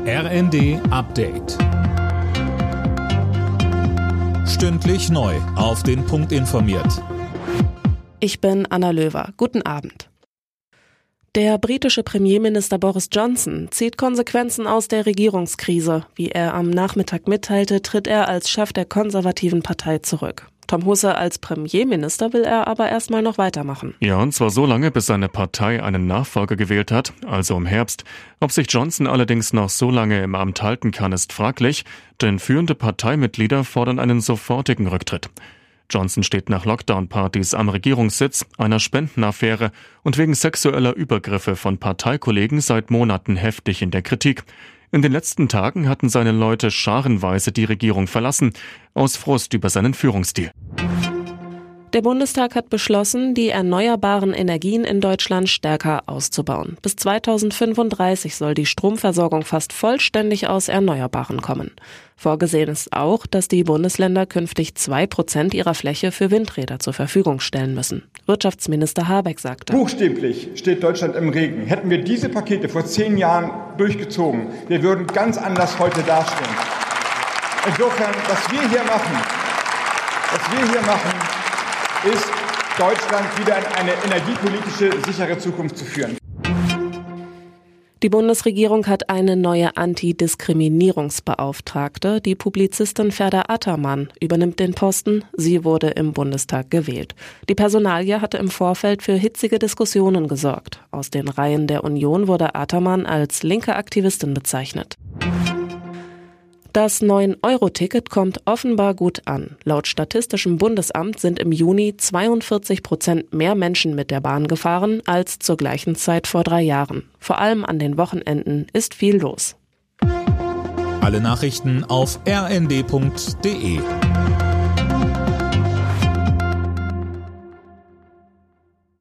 RND Update. Stündlich neu auf den Punkt informiert. Ich bin Anna Löwer. Guten Abend. Der britische Premierminister Boris Johnson zieht Konsequenzen aus der Regierungskrise. Wie er am Nachmittag mitteilte, tritt er als Chef der konservativen Partei zurück. Tom Husse als Premierminister will er aber erstmal noch weitermachen. Ja, und zwar so lange, bis seine Partei einen Nachfolger gewählt hat, also im Herbst. Ob sich Johnson allerdings noch so lange im Amt halten kann, ist fraglich, denn führende Parteimitglieder fordern einen sofortigen Rücktritt. Johnson steht nach Lockdown-Partys am Regierungssitz, einer Spendenaffäre und wegen sexueller Übergriffe von Parteikollegen seit Monaten heftig in der Kritik. In den letzten Tagen hatten seine Leute scharenweise die Regierung verlassen, aus Frust über seinen Führungsstil. Der Bundestag hat beschlossen, die erneuerbaren Energien in Deutschland stärker auszubauen. Bis 2035 soll die Stromversorgung fast vollständig aus Erneuerbaren kommen. Vorgesehen ist auch, dass die Bundesländer künftig 2% ihrer Fläche für Windräder zur Verfügung stellen müssen. Wirtschaftsminister Habeck sagte: Buchstäblich steht Deutschland im Regen. Hätten wir diese Pakete vor 10 Jahren durchgezogen, wir würden ganz anders heute dastehen. Insofern, was wir hier machen, ist, Deutschland wieder in eine energiepolitische, sichere Zukunft zu führen. Die Bundesregierung hat eine neue Antidiskriminierungsbeauftragte. Die Publizistin Ferda Ataman übernimmt den Posten. Sie wurde im Bundestag gewählt. Die Personalie hatte im Vorfeld für hitzige Diskussionen gesorgt. Aus den Reihen der Union wurde Ataman als linke Aktivistin bezeichnet. Das 9-Euro-Ticket kommt offenbar gut an. Laut Statistischem Bundesamt sind im Juni 42% mehr Menschen mit der Bahn gefahren als zur gleichen Zeit vor 3 Jahren. Vor allem an den Wochenenden ist viel los. Alle Nachrichten auf rnd.de.